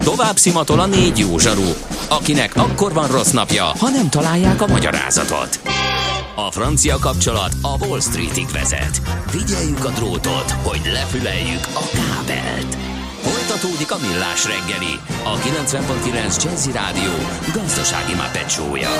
Tovább szimatol a 4 jó zsaru, akinek akkor van rossz napja, ha nem találják a magyarázatot. A francia kapcsolat a Wall Streetig vezet. Figyeljük a drótot, hogy lefüleljük a kábelt. Folytatódik a Millás reggeli, a 90.9 Jazzy Rádió gazdasági mápecsója.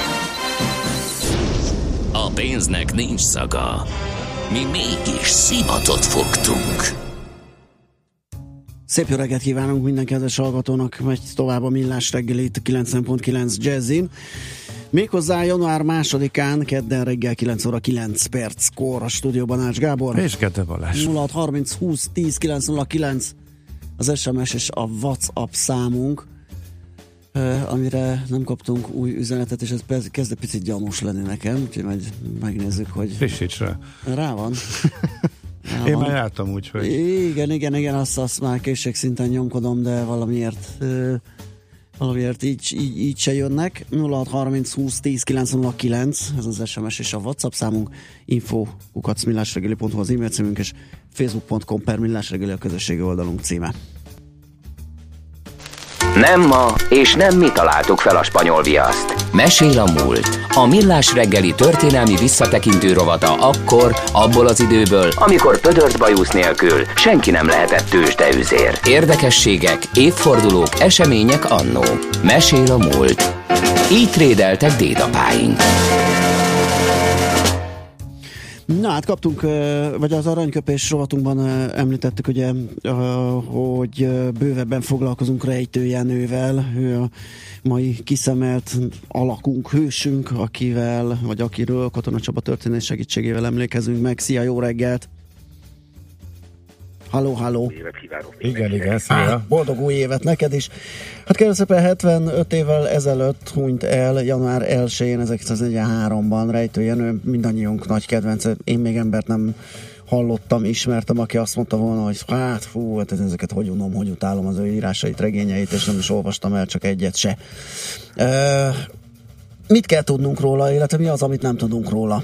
A pénznek nincs szaga. Mi mégis szimatot fogtunk. Szép jó reggelt kívánunk minden kedves hallgatónak, megy tovább a Millás reggeli itt 90.9 Jazzin. Méghozzá január 2-án, kedden reggel 9 óra 9 perckor a stúdióban Ács Gábor. És Kete Balázs. 0630 20 10 909 az SMS és a WhatsApp számunk, amire nem kaptunk új üzenetet, és ez kezd egy picit gyanús lenni nekem, úgyhogy majd megnézzük, hogy... Frissíts rá. Rá van. Én már jártam úgy, hogy... Igen, azt már készségszinten nyomkodom, de valamiért így se jönnek. 0630 20 10 909, ez az SMS és a WhatsApp számunk, info@millásreggeli.hu az e-mail címünk, és facebook.com/millásreggeli a közösségi oldalunk címe. Nem ma, és nem mi találtuk fel a spanyol viaszt. Mesél a múlt. A Millás reggeli történelmi visszatekintő rovata akkor, abból az időből, Amikor pödört bajusz nélkül senki nem lehetett tőzsdeüzér. érdekességek, évfordulók, események annó. Mesél a múlt. Így trédeltek dédapáink. Na hát kaptunk, vagy az aranyköpés rovatunkban említettük ugye, hogy bővebben foglalkozunk Rejtő Jenővel, ő a mai kiszemelt alakunk, hősünk, akivel, vagy akiről Katona Csaba történés segítségével emlékezünk meg. Szia, jó reggelt! Halló! Évet kívánok! Igen, szia! Boldog új évet neked is! Hát kérlek szépen 75 évvel ezelőtt hunyt el január 1-én 1943-ban Rejtő Jenő, mindannyiunk nagy kedvence. Én még embert nem hallottam, ismertem, aki azt mondta volna, hogy hát ezeket hogy unom, hogy utálom az ő írásait, regényeit, és nem is olvastam el csak egyet se. Mit kell tudnunk róla, illetve mi az, amit nem tudunk róla?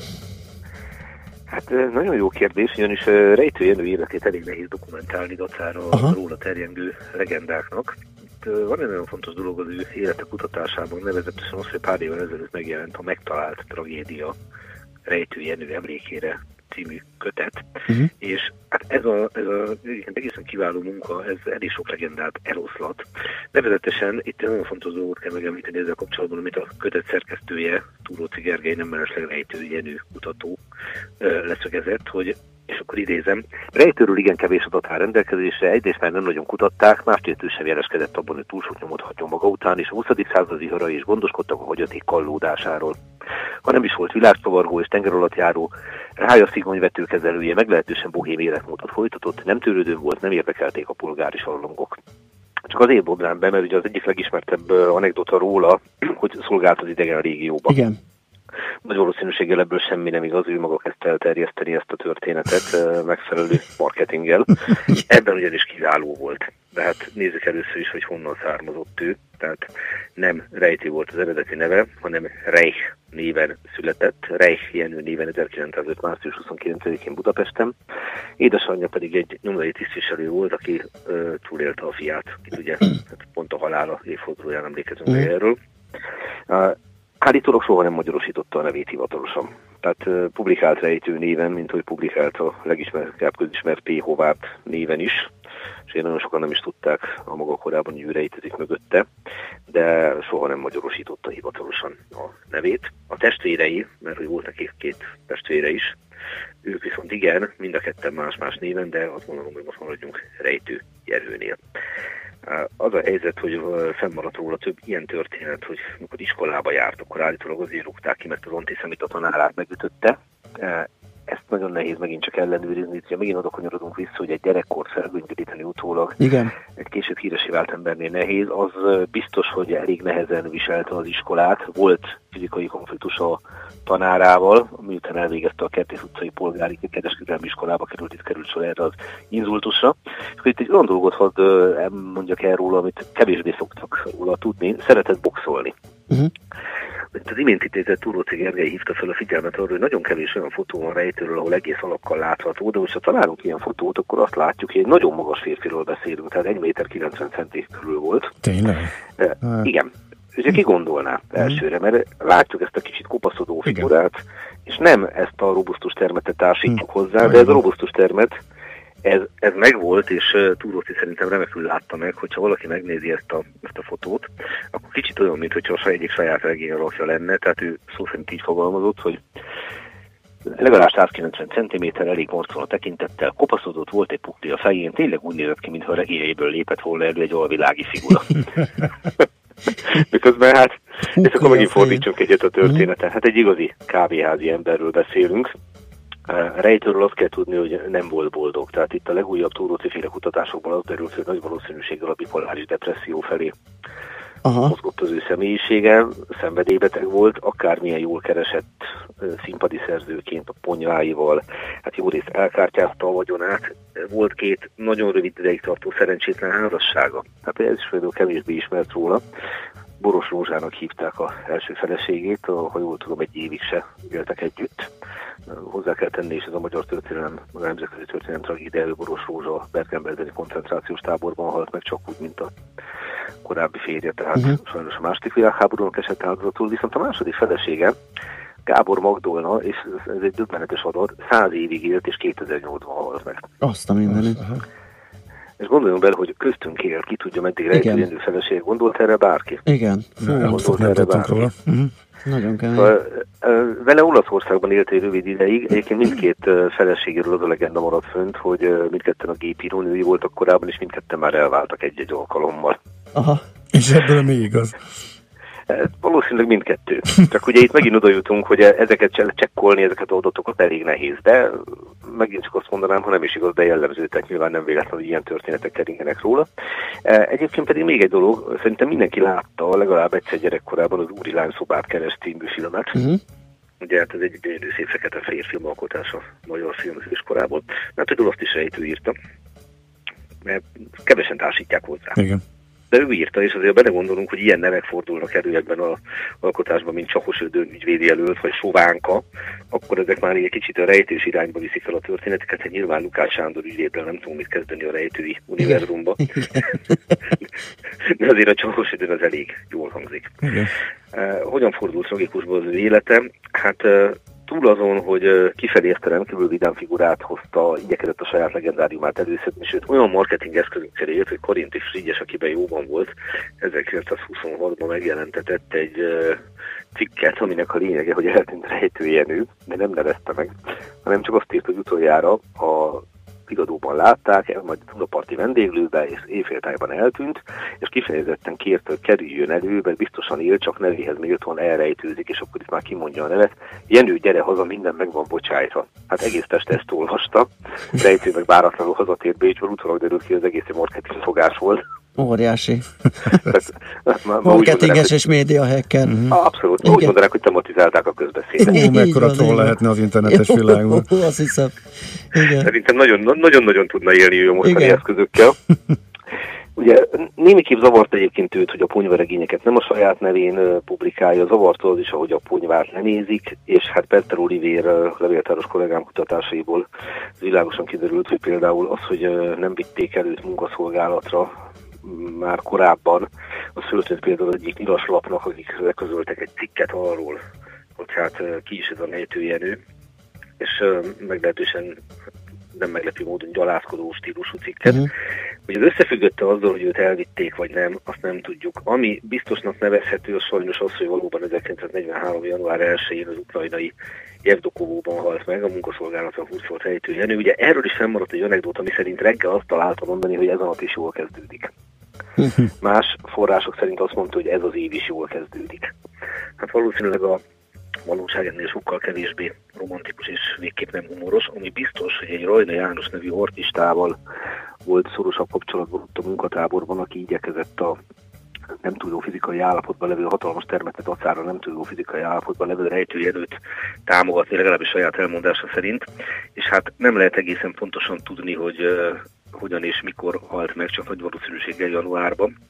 Hát nagyon jó kérdés, ugyanis Rejtő Jenő életét elég nehéz dokumentálni dacára a róla terjengő legendáknak. Itt van egy nagyon fontos dolog az ő élete kutatásában, nevezetesen az, hogy pár évvel ezelőtt megjelent a Megtalált tragédia Rejtő Jenő emlékére című kötet, és hát ez a egészen kiváló munka, ez elég sok legendát eloszlat. Nevezetesen itt nagyon fontos dolgot kell megemlíteni ezzel kapcsolatban, amit a kötet szerkesztője, Túróczy Gergely, nem mellesleg Rejtő Jenő kutató leszögezett, hogy, és akkor idézem, Rejtőről igen kevés adat áll rendelkezésre, egyrészt már nem nagyon kutatták, másrészt ő sem jeleskedett abban, hogy túl sok nyomot hagyjon maga után, és a 20. századi harai is gondoskodtak a hagyaték kallódásáról. Ha nem is volt világcsavargó és tengeralattjáró, Rája Szigony vetőkezelője meglehetősen bohém életmódot folytatott, nem törődő volt, nem érdekelték a polgári sallongok. Csak azért bomlám be, mert ugye az egyik legismertebb anekdota róla, hogy szolgált az idegen régióban. Igen. Nagy valószínűséggel ebből semmi nem igaz, ő maga kezdte elterjeszteni ezt a történetet megfelelő marketinggel. Ebben ugyanis kiváló volt. De hát nézzük először is, hogy honnan származott ő. Tehát nem Rejtő volt az eredeti neve, hanem Reich néven született. Reich Jenő néven 1905. március 29-én Budapesten. Édesanyja pedig egy nyomdai tisztviselő volt, aki túlélte a fiát, akit ugye hát pont a halála évfordulóján emlékezünk meg erről. Állítólag soha nem magyarosította a nevét hivatalosan. Tehát publikált Rejtő néven, mint hogy publikált a legismertebb közismert P. Hovárd néven is, és én nagyon sokan nem is tudták a maga korában, hogy ő rejtezik mögötte, de soha nem magyarosította hivatalosan a nevét. A testvérei, mert hogy volt neki 2 testvére is, ők viszont igen, mind a ketten más-más néven, de azt mondom, hogy most maradjunk Rejtő Jenőnél. Az a helyzet, hogy fennmaradt róla több ilyen történet, hogy amikor iskolába járt, akkor állítólag azért rúgták ki, mert az antiszemita tanárát megütötte. Ezt nagyon nehéz megint csak ellenőrizni, hogy megint oda kanyarodunk vissza, hogy egy gyerekkor felgöngyölíteni utólag. Igen. Egy később híresé vált embernél nehéz. Az biztos, hogy elég nehezen viselte az iskolát. Volt fizikai konfliktus a tanárával, miután elvégezte a Kertész utcai polgári kereskedelmi iskolába itt került sor erre az inzultusra. És itt egy olyan dolgot hadd mondjak el róla, amit kevésbé szoktak róla tudni. Szeretett boxolni. az imént idézett Túróczy Gergely hívta fel a figyelmet arra, hogy nagyon kevés olyan fotó van rejtőről, ahol egész alakkal látható, de most ha találunk ilyen fotót, akkor azt látjuk, hogy egy nagyon magas férfiról beszélünk, tehát 1,90 m körül volt. Tényleg? Igen. Ugye ki gondolná elsőre, mert látjuk ezt a kicsit kopaszodó figurát, és nem ezt a robusztus termetet társítjuk hozzá, de ez a robusztus termet, ez megvolt, és Túróczy szerintem remekül látta meg, hogyha valaki megnézi ezt a fotót, akkor kicsit olyan, mintha egyik saját regény alakja lenne, tehát ő szó szerint így fogalmazott, hogy legalább 190 cm, elég morcon a tekintettel, kopaszodott, volt egy pukli a fején, tényleg úgy nézett ki, mintha a regényeiből lépett volna elő egy alvilági figura. Miközben hát, és akkor megint fordítsunk egyet a történeten. Hát egy igazi kávéházi emberről beszélünk. Rejtőről azt kell tudni, hogy nem volt boldog. Tehát itt a legújabb Túróczy-féle kutatásokban az derült, hogy nagy valószínűséggel a bipoláris depresszió felé mozgott az ő személyisége, szenvedélybeteg volt, akármilyen jól keresett színpadi szerzőként a ponyváival, hát jó részt elkártyázta a vagyonát. Volt 2 nagyon rövid ideig tartó szerencsétlen házassága. Hát ez is például kevésbé ismert róla. Boros Rózsának hívták az első feleségét, ha jól tudom, egy évig se éltek együtt. Hozzá kell tenni, és ez a magyar történelem, a nemzetközi történelem tragédiája, Boros Rózsa Bergen-Beldeni koncentrációs táborban halt meg, csak úgy, mint a korábbi férje, tehát sajnos a második világháborúnak esett áldozatul, viszont a második felesége, Gábor Magdolna, és ez egy döbbenetes adat, 100 évig élt, és 2008-ban halt meg. Azt a mindenit. És gondoljunk bele, hogy köztünk él, ki tudja, meddig rejtőjenő feleség. Gondolt erre bárki? Igen. Gondolt erre bárki? Nagyon kemény. Vele Olaszországban élt egy rövid ideig. Egyébként mindkét feleségéről az a legenda maradt fönt, hogy mindketten a gépírónői voltak korábban, és mindketten már elváltak egy-egy alkalommal. Aha. És ebből mi igaz? Valószínűleg mindkettő. Csak ugye itt megint oda jutunk, hogy ezeket csekkolni, ezeket az adatokat elég nehéz, de megint csak azt mondanám, ha nem is igaz, de jellemző, tehát nyilván nem véletlen, hogy ilyen történetek keringenek róla. Egyébként pedig még egy dolog, szerintem mindenki látta legalább egyszer gyerekkorában az Úri Lány szobát keres című filmet. Ugye hát ez egy gyönyörű szép fekete fehér filmalkotás a magyar filmezés korából. Hát például azt is Rejtő írta, mert kevesen társítják hozzá. Igen. De ő írta, és azért belegondolunk, hogy ilyen nevek fordulnak elő ebben az alkotásban, mint Csakos Ödön ügyvédjelölt, vagy Sovánka, akkor ezek már egy kicsit a rejtős irányba viszik el a történeteket, hát nyilván Lukács Sándor ügyvéddel nem tudom mit kezdeni a rejtői univerzumba. De azért a Csakos Ödön az elég jól hangzik. Hogyan fordult tragikusba az ő élete? Hát túl azon, hogy kifelé ezt a rendkívül vidám figurát hozta, igyekezett a saját legendáriumát előszedni, sőt olyan marketing eszközünkkel élt, hogy Karinti Frigyes, akiben jóban volt, 1926-ban megjelentetett egy cikket, aminek a lényege, hogy eltűnt Rejtő Jenő, de nem nevezte meg, hanem csak azt írt, hogy utoljára a Vigadóban látták, majd a Tudaparti vendéglőbe, és éjféltájban eltűnt, és kifejezetten kérte, hogy kerüljön elő, mert biztosan él, csak nevéhez méltóan elrejtőzik, és akkor itt már kimondja a nevet. Jenő, gyere haza, minden meg van bocsájtva. Hát egész teste ezt olvasta, Rejtő meg váratlanul hazatért Bécsből, utólag derült ki, az egész egy marketing fogás volt. Óriási. Marketinges és média hacker. Abszolút. Úgy mondanák, hogy tematizálták a közbeszédet. Mekkora troll lehetne az internetes világban. Azt hiszem. Igen. Szerintem nagyon-nagyon tudna élni ő a mostani eszközökkel. Ugye némiképp zavart egyébként őt, hogy a ponyvaregényeket nem a saját nevén publikálja, zavarta az is, ahogy a ponyvát lenézik, és hát Petter Olivér levéltáros kollégám kutatásaiból világosan kiderült, hogy például az, hogy nem vitték előtt munkaszolgálatra már korábban, az föltűnt például egyik nyilaslapnak, akik közöltek egy cikket arról, hogy hát ki is ez a Rejtő Jenő, és meglehetősen nem meglepő módon gyalázkodó stílusú cikket. Hogy az összefüggötte azzal, hogy őt elvitték, vagy nem, azt nem tudjuk. Ami biztosnak nevezhető, az sajnos az, hogy valóban 1943. január 1-én az ukrajnai Jevdokovóban halt meg, a munkaszolgálatra hurcolt Rejtő Jenő. Ugye erről is fennmaradt egy anekdóta, ami szerint reggel azt találta mondani, hogy ez a nap is jól kezdődik. Más források szerint azt mondta, hogy ez az év is jól kezdődik. Hát valószínűleg a valóság ennél sokkal kevésbé romantikus és végképp nem humoros, ami biztos, hogy egy Rajna János nevű artistával volt szorosabb kapcsolatban ott a munkatáborban, aki igyekezett a nem tudó fizikai állapotban levő hatalmas termetett acára nem tudó fizikai állapotban levő Rejtő Jenőt támogatni, legalábbis saját elmondása szerint, és hát nem lehet egészen pontosan tudni, hogy hogyan és mikor halt meg, csak nagy valószínűséggel januárban.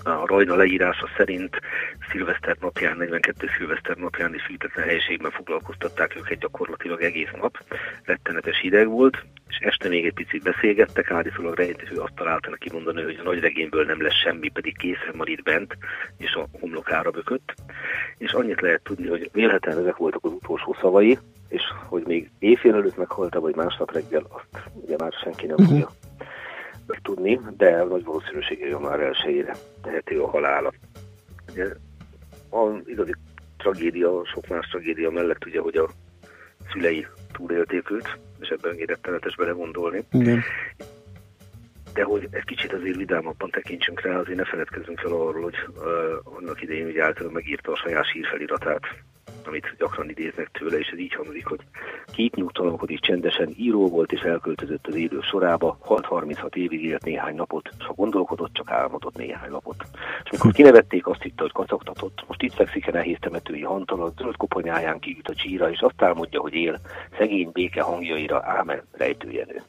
A Rajna leírása szerint szilveszter napján, 42 szilveszter napján is fűtetlen helyiségben foglalkoztatták őket gyakorlatilag egész nap. Rettenetes hideg volt, és este még egy picit beszélgettek, állítólag rejtő azt találta neki mondani, hogy a nagy regényből nem lesz semmi, pedig készen van itt bent, és a homlokára bökött. És annyit lehet tudni, hogy vélhetően ezek voltak az utolsó szavai, és hogy még éjfél előtt meghalt, vagy másnap reggel, azt ugye már senki nem tudja tudni, de nagy valószínűséggel január 1-ére tehető a halála. Ugye, az igazi tragédia, sok más tragédia mellett ugye, hogy a szülei túlélték őt, és ebben rettenetes belegondolni. Igen. De hogy egy kicsit azért vidámabban tekintsünk rá, azért ne feledkezzünk fel arról, hogy annak idején ugye általában megírta a saját sírfeliratát, amit gyakran idéznek tőle, és ez így hangzik, hogy két nyugtalankodik csendesen, író volt és elköltözött az élő sorába, 6-36 évig élt néhány napot, és ha gondolkodott, csak álmodott néhány napot. És mikor kinevették, azt hitte, hogy kacagtatott, most itt fekszik a nehéz temetői hantalat, zöld koponyáján kiüt a csíra, és azt álmodja, hogy él, szegény béke hangjaira, ámen, rejtőjenő.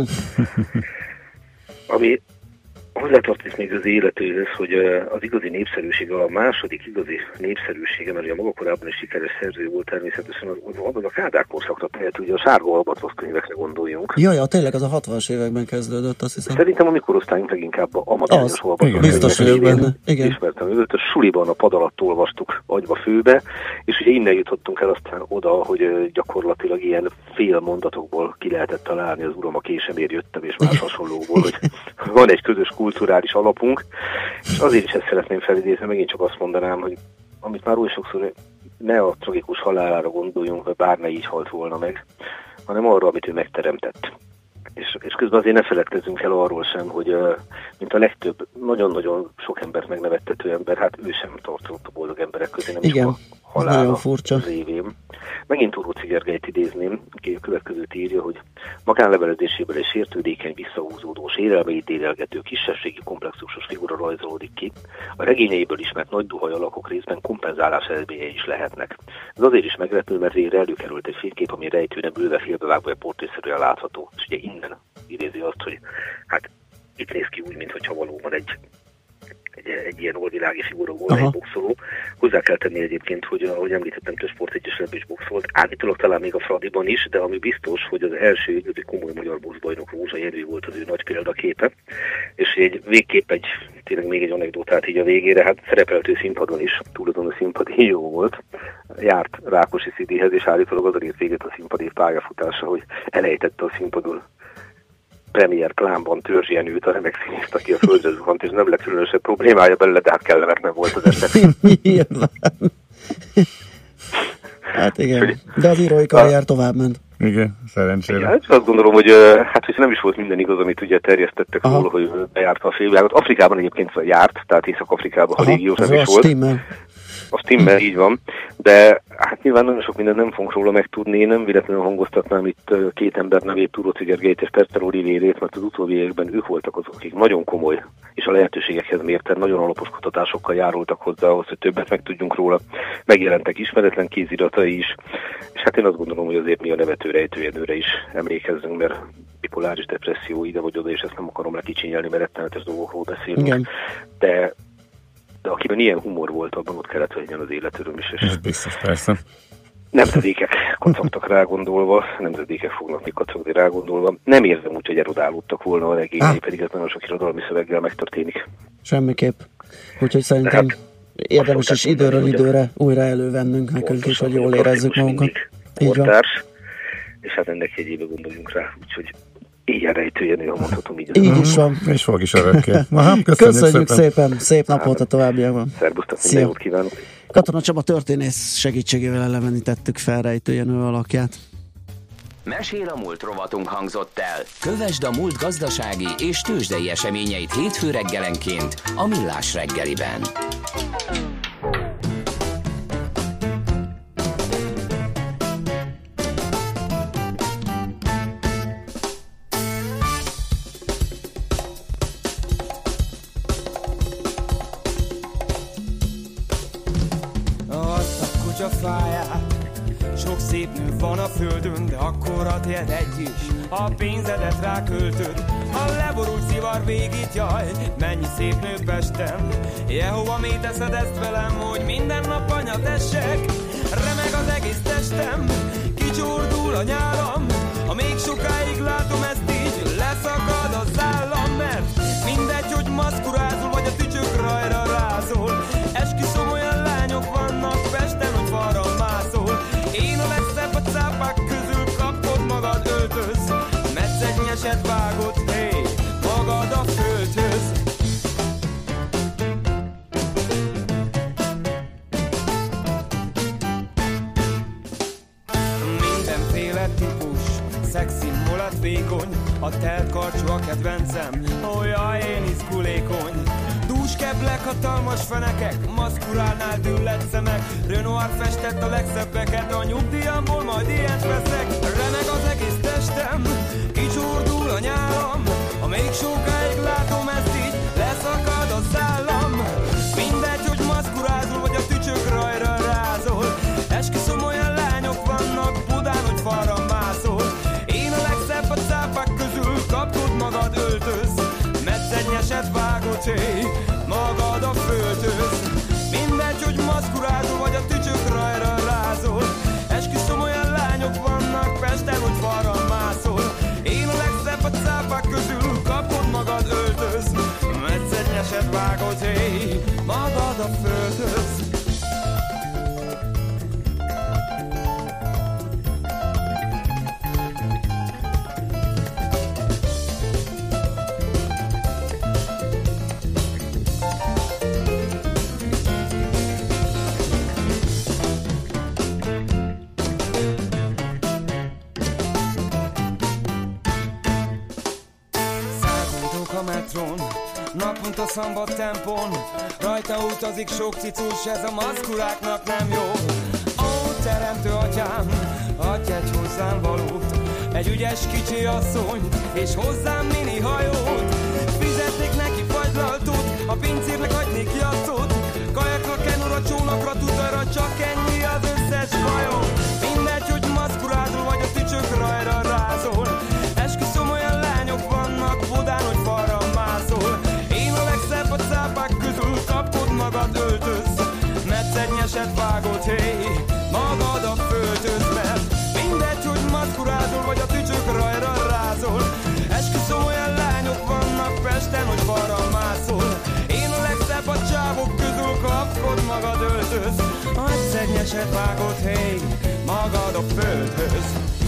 Ami hozzátartozik még az életéhez, hogy az igazi népszerűsége, a második igazi népszerűsége, mert ugye maga korábban is sikeres szerző volt természetesen, abban a Kádár korszakra tehető, ugye a Sárga Albatrosz könyvekre gondoljunk. Ja, tényleg az a 60-as években kezdődött, azt hiszem. Szerintem a mi korosztályunk leginkább a magányos Albatrosz. Biztos vagyok benne. Igen. Ismertem őt, a suliban a pad alatt olvastuk agyba főbe, és ugye innen jutottunk el aztán oda, hogy gyakorlatilag ilyen fél mondatokból ki lehetett találni az Uram, a késemért jöttem, és más hasonlóból, hogy van egy közös kulturális alapunk, és azért is ezt szeretném felidézni, megint csak azt mondanám, hogy amit már oly sokszor, ne a tragikus halálára gondoljunk, vagy bár ne így halt volna meg, hanem arra, amit ő megteremtett. És közben azért ne feledkezzünk el arról sem, hogy mint a legtöbb, nagyon-nagyon sok embert megnevettető ember, hát ő sem tartozott a boldog emberek közé, nem igen, is a halála furcsa révén. Megint Uróczi Gergelyt idézném, aki a következőt írja, hogy magánlevelezéséből egy sértődékeny, visszahúzódó, sérelmeit dédelgető, kisebbségi komplexusos figura rajzolódik ki. A regényeiből ismert nagy duhaj alakok részben kompenzálás eredményei is lehetnek. Ez azért is meglepő, mert végre előkerült egy fénykép, ami rejtőnek bőve félbevágva vagy portrészerűen látható. És ugye innen idézi azt, hogy hát itt néz ki úgy, mintha valóban egy ilyen olvilági figura volt, egy boxoló. Hozzá kell tenni egyébként, hogy ahogy említettem, több sportegyesületben is boxolt, állítólag talán még a Fradiban is, de ami biztos, hogy az első igazi komoly magyar boxbajnok Rózsa Jenő volt az ő nagy példaképe, és végképp tényleg még egy anekdotát így a végére, hát szerepelt ő színpadon is, túl azon a színpadi jó volt, járt Rákosi Szidihez, és állítólag az ért véget a színpadi pályafutása, hogy elejtette a színpadon Premier Plánban Törzs Jenőt, a remek színészt, aki a földre zuhant, és nem lett különösebb problémája belőle, de hát kellemetlen volt az eset. Nyilván. Hát igen, de az írói karrier továbbment. Igen, szerencsére. Igen, hát azt gondolom, hogy hát hogyha nem is volt minden igaz, amit ugye terjesztettek róla, hogy bejárta a félvilágot. Afrikában egyébként járt, tehát Észak-Afrikában, ha légiós nem is volt. A stimmel, így van, de hát nyilván nagyon sok mindent nem fogunk róla megtudni, én nem véletlenül hangoztatnám itt két ember nevét, Uróczi Gergelyt és Perter Olivérét, mert az utóbbi években ők voltak azok, akik nagyon komoly, és a lehetőségekhez mérten nagyon alapos kutatásokkal járultak hozzá ahhoz, hogy többet megtudjunk róla. Megjelentek ismeretlen kéziratai is, és hát én azt gondolom, hogy azért mi a nevető rejtőjenőre is emlékezzünk, mert bipoláris depresszió ide vagy oda, és ezt nem akarom lekicsinyelni, mert rettenetes dolgokról beszélünk. Igen. De akiben ilyen humor volt, abban ott kellett legyen az életöröm is. Ez biztos, persze. Nemzedékek kacagtak rágondolva, nemzedékek fognak még kacagni rágondolva. Nem érzem úgy, hogy erodálódtak volna a regényei, pedig ez nagyon sok irodalmi szöveggel megtörténik. Semmiképp. Úgyhogy szerintem érdemes is időről időre újra elővennünk nekünk is, hogy jól érezzük magunkat. Így van. És hát ennek jegyébe gondoljunk rá, úgyhogy ilyen rejtőjenő, ha mondhatom így. Így is van. És fog is örökké. Köszönjük szépen. Szép napot a továbbiakban. Szerbusztok, minden jót kívánok. Katona Csaba történész segítségével elevenítettük fel rejtőjenő alakját. Mesél a múlt rovatunk hangzott el. Kövesd a múlt gazdasági és tőzsdei eseményeit hétfő reggelenként a Millás reggeliben. Sok szép nő van a földön, de akkora tiéd egy is, a pénzedet ráköltöd, a leborult szivar végít, jaj, mennyi szép nő Pesten. Jehova, mi teszed ezt velem, hogy minden nap anyat essek? Remeg az egész testem, kicsordul a nyálam, ha még sokáig látom ezt így, leszakad az állam, mert mindegy, hogy maszkurázol, vagy a tücsök rajra rázol. Esküszöm, olyan lányok vannak Pesten, hogy falra mászol. Én a legszebb a cápák közül, kapod magad, öltöz, metszegnyeset vágod, hey, magad a földhöz. Mindenféle típus, szexi, mulat, vékony, a telt karcsú a kedvencem, ó jaj, én izgulékony. Dúskeblek, hatalmas fenekek, maszkurálnál düllett szemek, Renoir festett a legszebbeket, a nyugdíjamból majd ilyet veszek. Remeg az egész testem, kicsordul a nyálam, ha még sokáig látom ezt így, leszakad a szállam. Mindegy, hogy maszkurázol, vagy a tücsök rajra rázol, esküszöm, olyan lányok vannak Budán, hogy falra mászol. Én a legszebb a cápák közül, kapod magad, öltöz, metszegnyeset vágod, hey, magad a földhöz. Mindegy, hogy maszkurázol, vagy a tücsök rajra rázol, esküszöm, olyan lányok vannak Pesten, hogy falra mászol. Én a legszebb a cápák közül, kapod magad, öltöz, metszegnyeset vágod, hey, magad a földhöz. Napont a szambat tempón, rajta utazik sok cicus, ez a maszkuráknak nem jó. Ó, teremtő atyám, adj egy hozzám valót, egy ügyes kicsi asszony, és hozzám mini hajót. Fizetnék neki fagylaltot, a pincérnek hagynék jacot, kajakra, kenura, csónakra, tutajra, csak ennyi az összes bajom. Mindegy, hogy maszkurázol, vagy a tücsök rajra rázol, esküszöm, olyan lányok vannak Budán, hogy falra mászol. A cápák közül, kapod magad, öltöz, metszegnyeset vágod, hey, magad a földhöz. Mert mindegy, hogy maszkurázol, vagy a tücsök rajra rázol, esküszöm, olyan lányok vannak Pesten, hogy falra mászol. Én a legszebb a csávok közül, kapod magad, öltöz, metszegnyeset vágod, hey, magad a földhöz.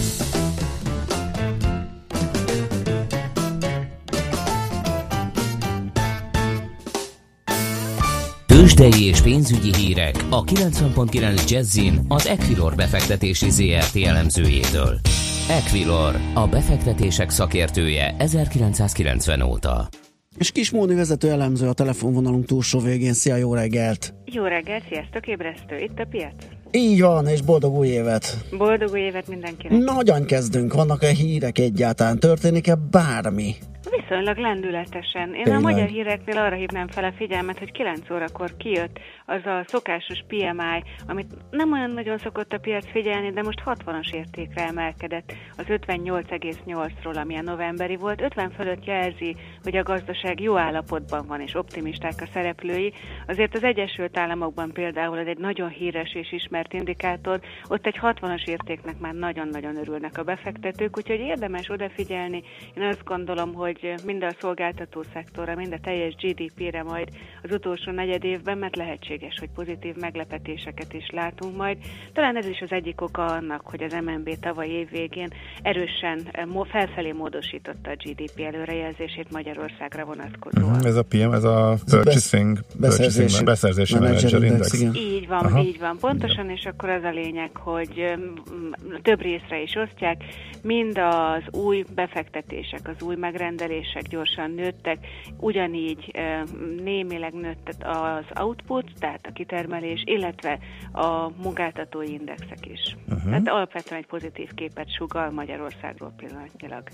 Tőzsdei és pénzügyi hírek a 90.9 Jazzin az Equilor befektetési ZRT elemzőjétől. Equilor, a befektetések szakértője 1990 óta. És Kismóni vezető elemző a telefonvonalunk túlsó végén. Szia, jó reggelt! Jó reggelt, sziasztok, ébresztő, itt a piac. Így van, és boldog új évet! Boldog új évet mindenkinek! Nagyan kezdünk, vannak-e hírek egyáltalán? Történik-e bármi? Viszonylag lendületesen. Én Tényleg. a magyar híreknél arra hívnám fel a figyelmet, hogy 9 órakor kijött az a szokásos PMI, amit nem olyan nagyon szokott a piac figyelni, de most 60-as értékre emelkedett az 58,8-ról, ami a novemberi volt. 50 fölött jelzi, hogy a gazdaság jó állapotban van, és optimisták a szereplői. Azért az Egyesült Államokban például ez egy nagyon híres és ismert indikátor, ott egy 60-as értéknek már nagyon-nagyon örülnek a befektetők, úgyhogy érdemes odafigyelni. Én azt gondolom, hogy mind a szolgáltató szektorra, mind a teljes GDP-re majd az utolsó negyed évben, mert lehetséges, hogy pozitív meglepetéseket is látunk majd. Talán ez is az egyik oka annak, hogy az MNB tavaly év végén erősen felfelé módosította a GDP előrejelzését Magyarországra vonatkozóan. Ez a PM, ez a beszerzési menedzser index. Így van, aha. Így van, pontosan, és akkor az a lényeg, hogy több részre is osztják, mind az új befektetések, az új megrendelések gyorsan nőttek, ugyanígy némileg nőtt az output, tehát a kitermelés, illetve a munkáltatói indexek is. Tehát alapvetően egy pozitív képet sugall Magyarországról pillanatnyilag.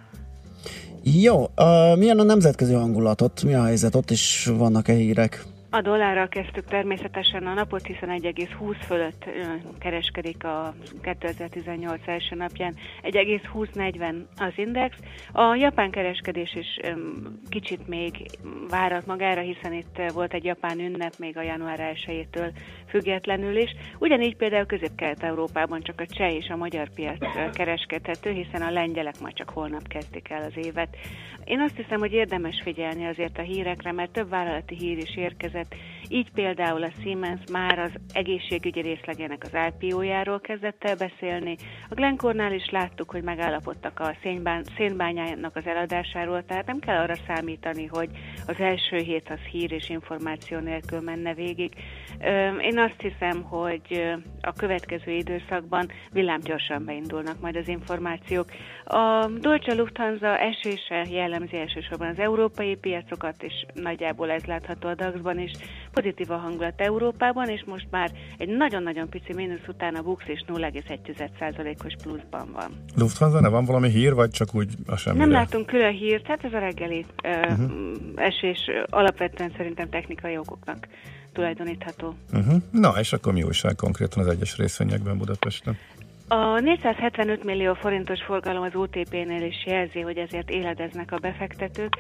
Jó, milyen a nemzetközi hangulatot? Mi a helyzet? Ott is vannak-e hírek? A dollárral kezdtük természetesen a napot, hiszen 1,20 fölött kereskedik a 2018 első napján, 1,2040 az index. A japán kereskedés is kicsit még várat magára, hiszen itt volt egy japán ünnep még a január 1-től függetlenül is. Ugyanígy például Közép-Kelet-Európában csak a cseh és a magyar piac kereskedhető, hiszen a lengyelek majd csak holnap kezdik el az évet. Én azt hiszem, hogy érdemes figyelni azért a hírekre, mert több vállalati hír is érkezett. Így például a Siemens már az egészségügyi részlegének az IPO-járól kezdett el beszélni. A Glencore-nál is láttuk, hogy megállapodtak a szénbányának az eladásáról, tehát nem kell arra számítani, hogy az első hét az hír és információ nélkül menne végig. Én azt hiszem, hogy a következő időszakban villámgyorsan beindulnak majd az információk. A Deutsche Lufthansa esése jellemzi elsősorban az európai piacokat, és nagyjából ez látható a DAX-ban is. Pozitív a hangulat Európában, és most már egy nagyon-nagyon pici mínusz után a BUX is 0,1%-os pluszban van. Lufthansa, van valami hír, vagy csak úgy a semmire? Nem látunk külön hírt, tehát ez a reggeli esés alapvetően szerintem technikai okoknak tulajdonítható. Na, és akkor mi újság konkrétan az egyes részvényekben Budapesten? A 475 millió forintos forgalom az OTP-nél is jelzi, hogy ezért éledeznek a befektetők.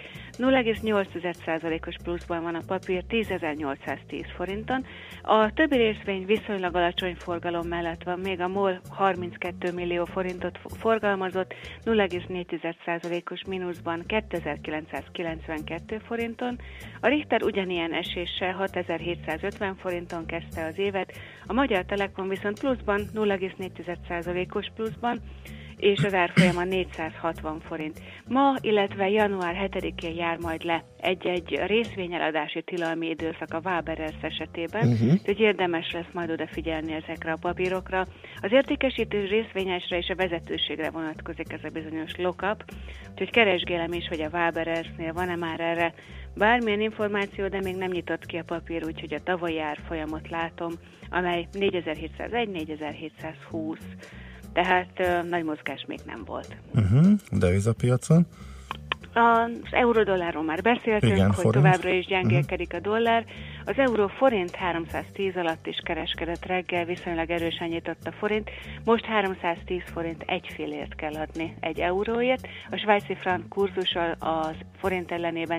0,8%-os pluszban van a papír 10.810 forinton. A többi részvény viszonylag alacsony forgalom mellett van, még a MOL 32 millió forintot forgalmazott, 0,4%-os mínuszban 2992 forinton. A Richter ugyanilyen eséssel 6750 forinton kezdte az évet, a Magyar Telekom viszont pluszban 0,4%-os pluszban, és az árfolyama 460 forint. Ma, illetve január 7-én jár majd le egy részvényeladási tilalmi időszak a Waberers esetében, úgyhogy érdemes lesz majd odafigyelni ezekre a papírokra. Az értékesítő részvényesre és a vezetőségre vonatkozik ez a bizonyos lock-up, úgyhogy keresgélem is, hogy a Waberersnél van-e már erre bármilyen információ, de még nem nyitott ki a papír, úgyhogy a tavalyi árfolyamot látom, amely 4701-4720. Tehát nagy mozgás még nem volt. Devizapiacon? Az euró-dollárról már beszéltünk, igen, hogy forint. Továbbra is gyengélkedik a dollár. Az euró forint 310 alatt is kereskedett reggel, viszonylag erősen nyitott a forint. Most 310 forint 1 fillért kell adni 1 euróért. A svájci frank kurzusa az forint ellenében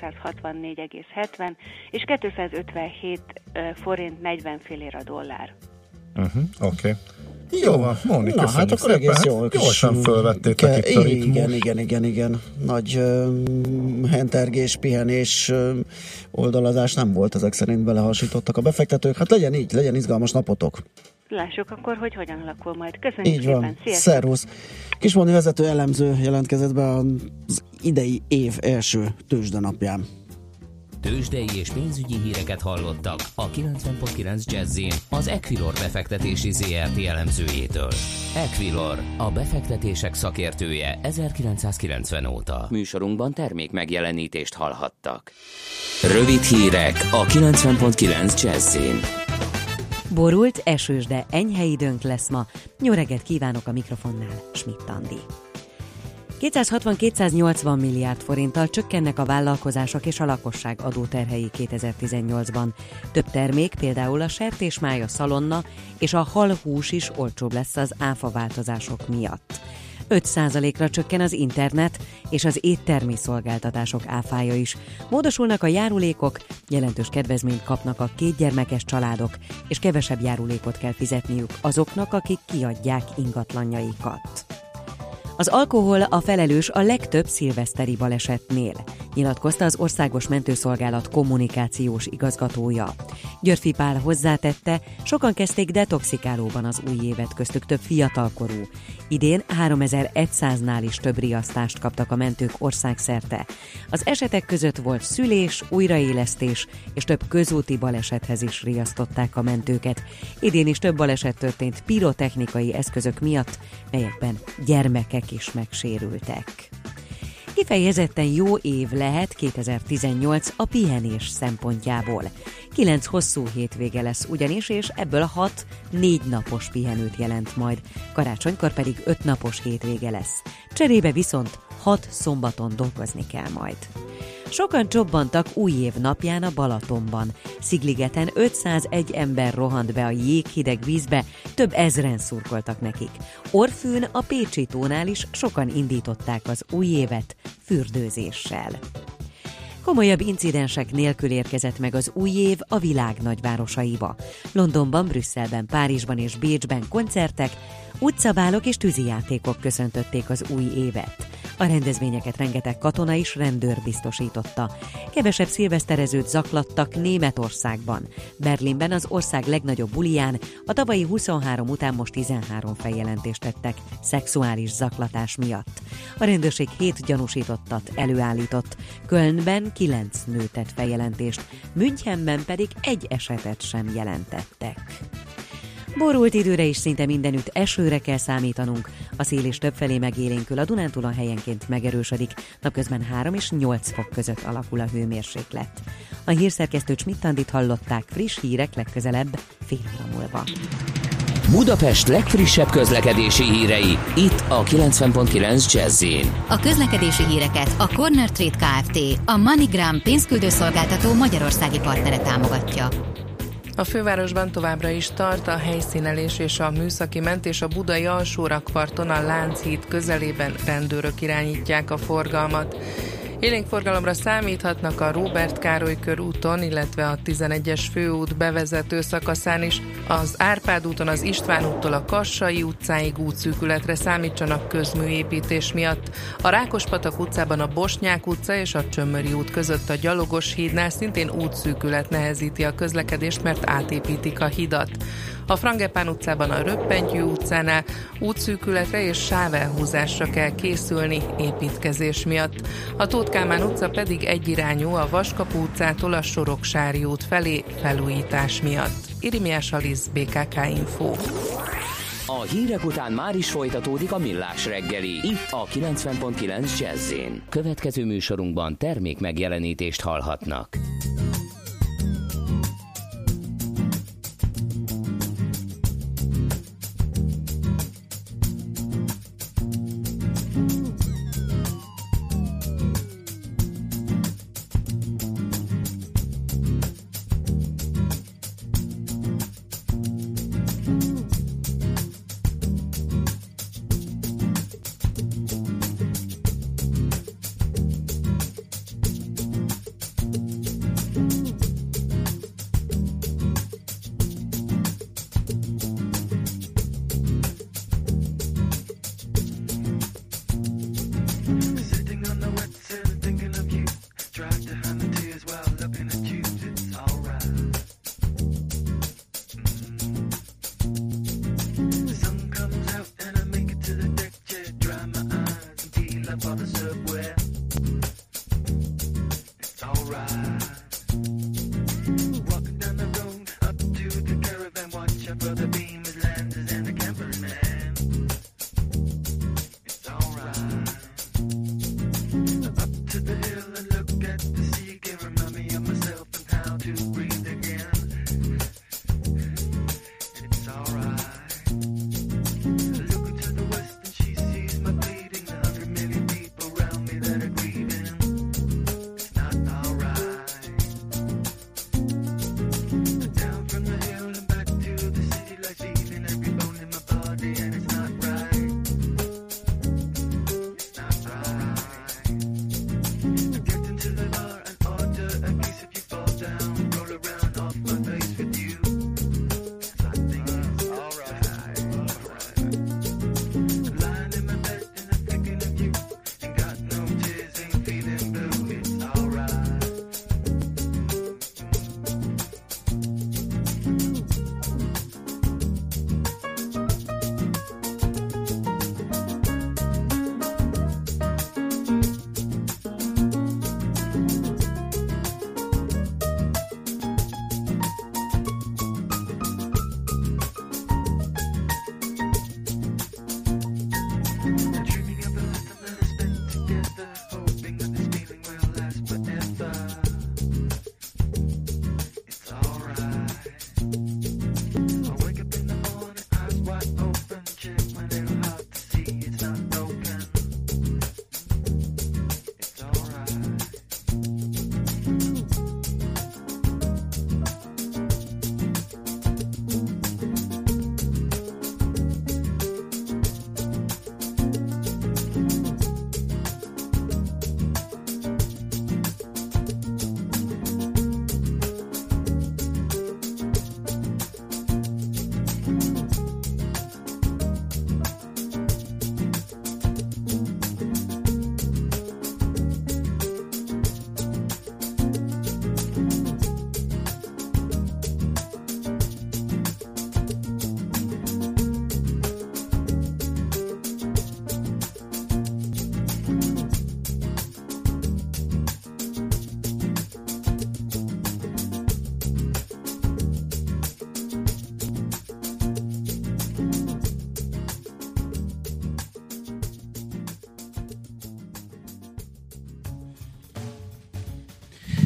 264,70 és 257 forint 40 fillér a dollár. Oké. Jó van, Móni, na, hát akkor szépen. egész jól. Gyorsan fölvettétek itt a ritmus. Igen. Nagy hentergés, pihenés, oldalazás nem volt, ezek szerint belehasítottak a befektetők. Hát legyen így, legyen izgalmas napotok. Lássuk akkor, hogy hogyan alakul majd. Köszönjük így szépen. van. Sziasztok. Szervusz. Kismóni vezető elemző jelentkezett be az idei év első tőzsdenapján. Tőzsdei és pénzügyi híreket hallottak a 90.9 Jazz-in az Equilor befektetési ZRT elemzőjétől. Equilor, a befektetések szakértője 1990 óta. Műsorunkban termék megjelenítést hallhattak. Rövid hírek a 90.9 Jazz-in. Borult, esős, de enyhe időnk lesz ma. Jó reggelt kívánok, a mikrofonnál Schmidt Andi. 260-280 milliárd forinttal csökkennek a vállalkozások és a lakosság adóterhei 2018-ban. Több termék, például a sertésmáj, a szalonna és a halhús is olcsóbb lesz az áfa változások miatt. 5%-ra csökken az internet és az éttermi szolgáltatások áfája is. Módosulnak a járulékok, jelentős kedvezményt kapnak a 2 gyermekes családok, és kevesebb járulékot kell fizetniük azoknak, akik kiadják ingatlanjaikat. Az alkohol a felelős a legtöbb szilveszteri balesetnél, nyilatkozta az Országos Mentőszolgálat kommunikációs igazgatója. Györffy Pál hozzátette, sokan kezdték detoxikálóban az új évet, köztük több fiatalkorú. Idén 3100-nál is több riasztást kaptak a mentők országszerte. Az esetek között volt szülés, újraélesztés és több közúti balesethez is riasztották a mentőket. Idén is több baleset történt pirotechnikai eszközök miatt, melyekben gyermekek is megsérültek. Kifejezetten jó év lehet 2018 a pihenés szempontjából. 9 hosszú hétvége lesz ugyanis, és ebből 6 4 napos pihenőt jelent majd. Karácsonykor pedig 5 napos hétvége lesz. Cserébe viszont 6 szombaton dolgozni kell majd. Sokan csobbantak újév napján a Balatonban. Szigligeten 501 ember rohant be a jéghideg vízbe, több ezren szurkoltak nekik. Orfűn, a Pécsi tónál is sokan indították az új évet fürdőzéssel. Komolyabb incidensek nélkül érkezett meg az új év a világ nagyvárosaiba. Londonban, Brüsszelben, Párizsban és Bécsben koncertek, utcabálok és tűzijátékok köszöntötték az új évet. A rendezvényeket rengeteg katona és rendőr biztosította. Kevesebb szilveszterezőt zaklattak Németországban. Berlinben, az ország legnagyobb buliján a tavalyi 23 után most 13 feljelentést tettek szexuális zaklatás miatt. A rendőrség 7 gyanúsítottat előállított. Kölnben 9 nő tett feljelentést, Münchenben pedig egy esetet sem jelentettek. Borult időre is szinte mindenütt esőre kell számítanunk. A szél is többfelé megélénkül, a Dunántúlon helyenként megerősödik, napközben 3 és 8 fok között alakul a hőmérséklet. A hírszerkesztő Schmidt-Andit hallották, friss hírek legközelebb fél óra múlva. Budapest legfrissebb közlekedési hírei, itt a 90.9 Jazz-in. A közlekedési híreket a Corner Trade Kft., a MoneyGram pénzküldőszolgáltató magyarországi partnere támogatja. A fővárosban továbbra is tart a helyszínelés és a műszaki mentés, a budai alsórakparton a Lánchíd közelében rendőrök irányítják a forgalmat. Élénk forgalomra számíthatnak a Róbert Károly körúton, illetve a 11-es főút bevezető szakaszán is. Az Árpád úton az István úttól a Kassai utcáig útszűkületre számítsanak közműépítés miatt. A Rákospatak utcában a Bosnyák utca és a Csömöri út között a Gyalogos hídnál szintén útszűkület nehezíti a közlekedést, mert átépítik a hidat. A Frangepán utcában a Röppentyű utcánál útszűkületre és sávelhúzásra kell készülni építkezés miatt. A Tóth Kálmán utca pedig egyirányú a Vaskapu utcától a Soroksári út felé felújítás miatt. Irimiás Alisz, BKK Info. A hírek után már is folytatódik a Millás reggeli, itt a 90.9 Jazz-in. Következő műsorunkban termék megjelenítést hallhatnak.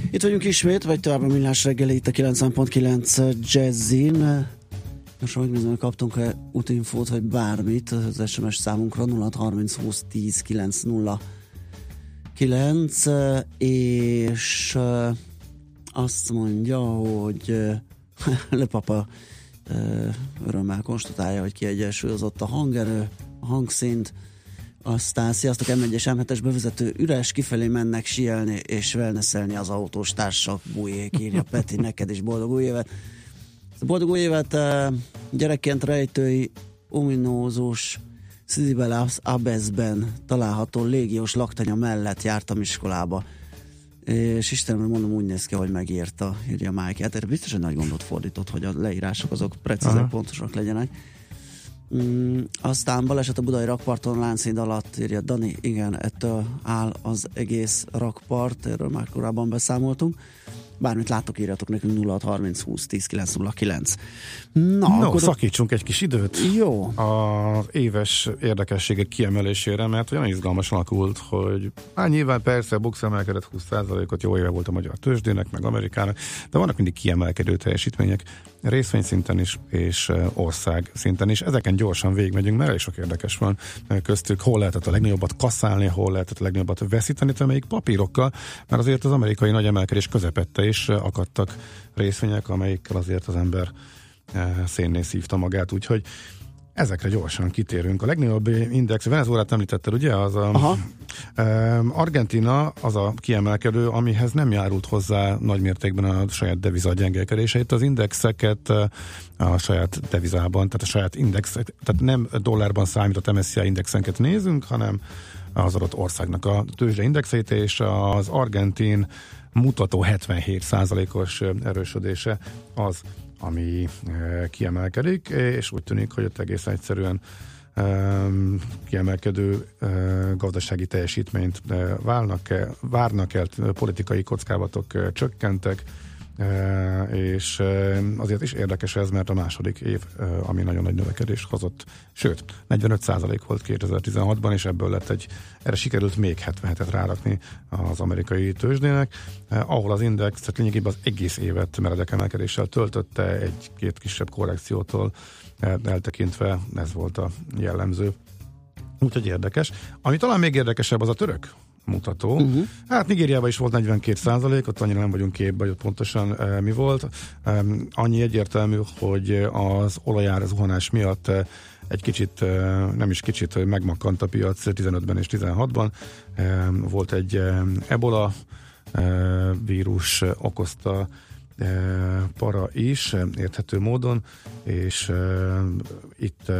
Itt vagyunk ismét, vagy tovább a Millás reggeli itt a 90.9 Jazzin. Most megnézem, hogy kaptunk-e útinfót, vagy bármit az SMS számunkra 0630 20 10 909, és azt mondja, hogy Lepapa örömmel konstatálja, hogy kiegyensúlyozott a hangerő, a hangszint. Aztán sziasztok, M1-es M7-es bevezető üres, kifelé mennek síelni és wellnesselni az autós társak. Bújék, írja Peti, neked is boldog új évet. Boldog új évet, gyerekként rejtői, ominózus Szidibel Abeszben található légiós laktanya mellett jártam iskolába. És Istenemre mondom, úgy néz ki, hogy megírta, írja Mike. Hát erre biztosan nagy gondot fordított, hogy a leírások azok precízek, pontosak legyenek. Aztán baleset a budai rakparton, Lánchíd alatt, írja Dani, igen, ettől áll az egész rakpart, erről már korábban beszámoltunk. Bármit láttok, írjatok nekünk 0630 20 10 909. No, szakítsunk egy kis időt. Jó. Az éves érdekességek kiemelésére, mert olyan izgalmas alakult, hogy nyilván persze a Bux emelkedett 20%-ot, jó éve volt a magyar tőzsdének, meg Amerikának, de vannak mindig kiemelkedő teljesítmények, részvényszinten is, és ország szinten is. Ezeken gyorsan végigmegyünk, mert elég sok érdekes van köztük. Hol lehetett a legnagyobbat kasszálni, hol lehetett a legnagyobbat veszíteni, melyik papírokkal, mert azért az amerikai nagy emelkedés közepette is akadtak részvények, amelyikkel azért az ember szénné szívta magát, úgyhogy ezekre gyorsan kitérünk. A legnagyobb index, Venezuelát említetted, ugye? Az Argentina az a kiemelkedő, amihez nem járult hozzá nagymértékben a saját deviza gyengélkedéseit. Az indexeket a saját devizában, tehát a saját index, tehát nem dollárban számított MSCI indexenket nézünk, hanem az adott országnak a tőzsde indexeit, és az argentin mutató 77%-os erősödése az, ami kiemelkedik, és úgy tűnik, hogy ott egész egyszerűen kiemelkedő gazdasági teljesítményt várnak el, politikai kockázatok csökkentek, és azért is érdekes ez, mert a második év, ami nagyon nagy növekedést hozott, sőt, 45% volt 2016-ban, és ebből lett erre sikerült még 77-et rárakni az amerikai tőzsdének, ahol az index, tehát lényegében az egész évet meredek emelkedéssel töltötte, egy-két kisebb korrekciótól eltekintve, ez volt a jellemző. Úgyhogy érdekes. Ami talán még érdekesebb, az a török mutató. Hát Nigériában is volt 42%, ott annyira nem vagyunk képben, hogy ott pontosan mi volt. Annyi egyértelmű, hogy az olajár zuhanás miatt egy kicsit, nem is kicsit, hogy megmakkant a piac 15-ben és 16-ban. Volt egy ebola vírus okozta para is, érthető módon, és itt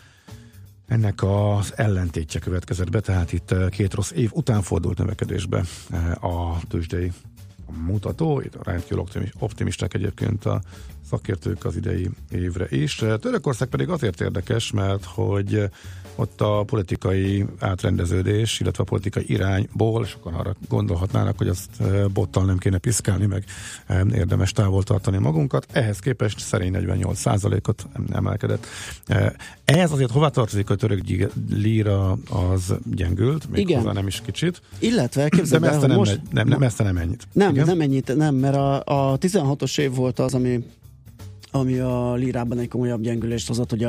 ennek az ellentétje következett be, tehát itt két rossz év után fordult növekedésbe a tőzsdei mutató, itt rendkívül optimisták egyébként a szakértők az idei évre is. Törökország pedig azért érdekes, mert hogy ott a politikai átrendeződés, illetve a politikai irányból sokan arra gondolhatnának, hogy azt bottal nem kéne piszkálni, meg érdemes távol tartani magunkat. Ehhez képest szerény 48%-ot emelkedett. Ehhez azért hová tartozik, a török líra az gyengült, még hozzá nem is kicsit. Illetve képzeld el, hogy most... messze nem ennyit. Nem ennyit, nem, mert a 16-os év volt az, ami a lírában egy komolyabb gyengülést hozott, hogy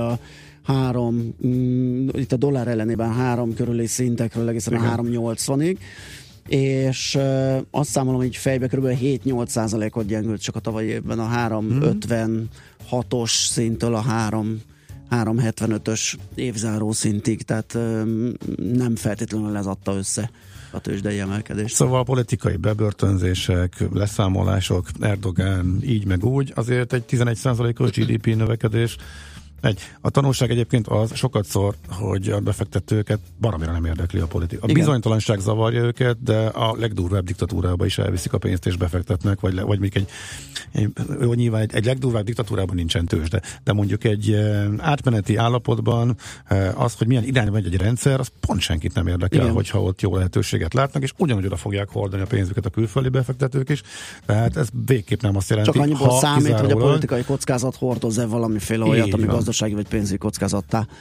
itt a dollár ellenében 3 körüli szintekről egészen a 3,80-ig, és azt számolom, hogy fejbe kb. 7-8%-ot gyengült csak a tavalyi évben a 3,56-os szinttől a 3,75-ös évzáró szintig, tehát nem feltétlenül ez adta össze a tőzsdei emelkedést. Szóval a politikai bebörtönzések, leszámolások, Erdogán így meg úgy, azért egy 11%-os GDP növekedés. A tanulság egyébként az sokszor, hogy a befektetőket baromira nem érdekli a politika. A bizonytalanság zavarja őket, de a legdurvább diktatúrába is elviszik a pénzt és befektetnek, vagy még nyilván egy legdurvább diktatúrában nincsen tőzsde, de mondjuk egy átmeneti állapotban az, hogy milyen irányba megy egy rendszer, az pont senkit nem érdekel, hogyha ott jó lehetőséget látnak, és ugyanúgy oda fogják hordani a pénzüket a külföldi befektetők is, tehát ez végképp nem azt jelenti, csak annyiból számít, hogy a politikai kockázat hordoz-e valamiféle olyat, ami gazdasági vagy pénzügyi kockázattá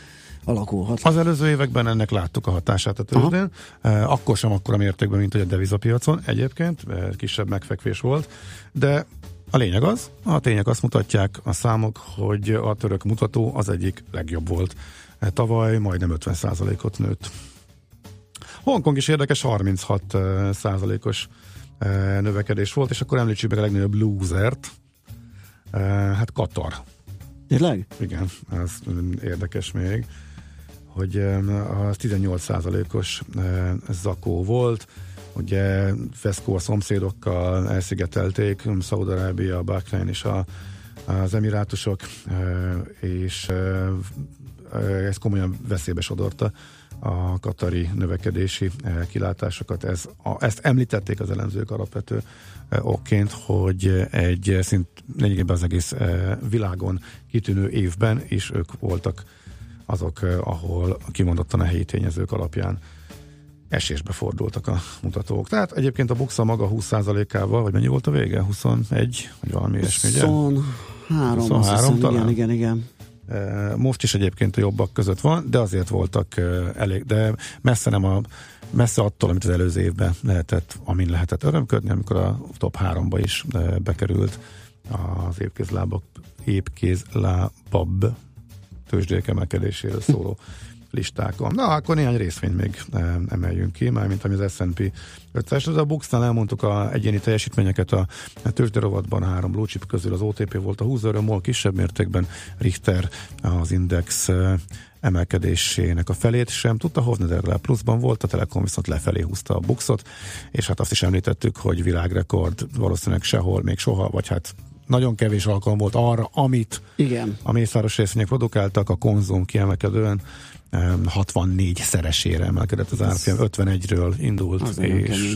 alakulhat. Az előző években ennek láttuk a hatását a tőzsdén, akkor sem akkora mértékben, mint hogy a devizapiacon egyébként, kisebb megfekvés volt, de a lényeg az, a tények azt mutatják, a számok, hogy a török mutató az egyik legjobb volt. Tavaly majdnem 50%-ot nőtt. Hongkong is érdekes, 36%-os növekedés volt, és akkor említsük meg a legnagyobb losert, hát Katar. Tényleg? Igen, ez érdekes még, hogy az 18%-os zakó volt, ugye Fesco a szomszédokkal elszigetelték, Szaúd-Arábia, Bahrein és az Emirátusok, és ez komolyan veszélybe sodorta a katari növekedési kilátásokat. Ezt említették az elemzők alapvető okként, hogy lényegében az egész világon kitűnő évben is ők voltak azok, ahol kimondottan a helyi tényezők alapján esésbe fordultak a mutatók. Tehát egyébként a Buxa maga 20%-ával, vagy mennyi volt a vége? 21? Vagy valami ilyesmi, ugye? 23 talán. Igen. Most is egyébként a jobbak között van, de azért voltak elég, de messze attól, amit az előző évben amin lehetett örömködni, amikor a top 3-ba is bekerült az épkézlábabb tőzsdék emelkedéséről szóló listákon. Na, akkor néhány részvényt még emeljünk ki, mármint ami az S&P 500. Az a Buxnál elmondtuk a egyéni teljesítményeket a tőzsderovatban, 3 blue chip közül az OTP volt a húzó, MOL kisebb mértékben, Richter az index emelkedésének a felét sem tudta hozni, de pluszban volt, a Telekom viszont lefelé húzta a Buxot, és hát azt is említettük, hogy világrekord valószínűleg sehol, még soha, vagy hát nagyon kevés alkalom volt arra, amit a mészáros részvények produkáltak, a konzum kiemelkedően 64-szeresére emelkedett az árfolyam, 51-ről indult, és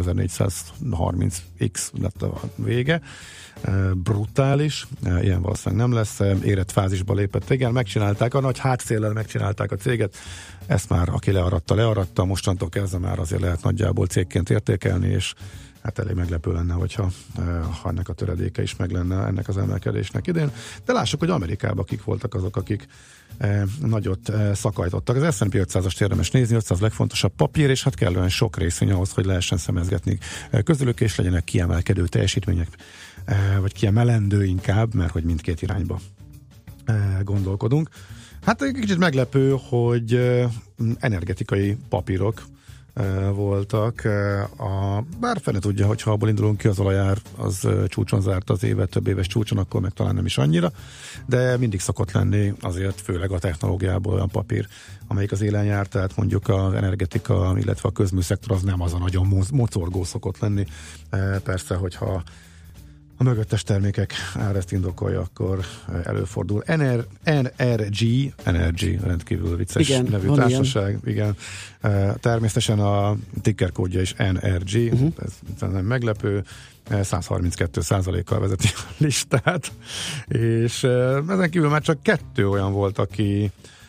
3430x lett a vége. Brutális, ilyen valószínűleg nem lesz, érett fázisba lépett. Igen, megcsinálták, a nagy hátszéllel megcsinálták a céget, ezt már aki learatta, mostantól kezdve már azért lehet nagyjából cégként értékelni, és hát elég meglepő lenne, hogyha ennek a töredéke is meg lenne ennek az emelkedésnek idén. De lássuk, hogy Amerikában kik voltak azok, akik nagyot szakajtottak. Az S&P 500-ast érdemes nézni, 500 legfontosabb papír, és hát kellően sok részvény ahhoz, hogy lehessen szemezgetni közülük, és legyenek kiemelkedő teljesítmények, vagy kiemelendő inkább, mert hogy mindkét irányba gondolkodunk. Hát egy kicsit meglepő, hogy energetikai papírok voltak. Bár fene tudja, hogyha abból indulunk ki, az olajár az csúcson zárt az évet, több éves csúcson, akkor meg talán nem is annyira, de mindig szokott lenni azért, főleg a technológiából olyan papír, amelyik az élen jár, tehát mondjuk az energetika, illetve a közműszektor az nem az a nagyon mocorgó szokott lenni. Persze, hogyha a mögöttes termékek ára ezt indokolja, akkor előfordul. NRG, rendkívül vicces nevű társaság. Igen. Természetesen a ticker kódja is NRG, ez nem meglepő, 132%-kal vezeti a listát, és ezen kívül már csak 2 olyan volt, aki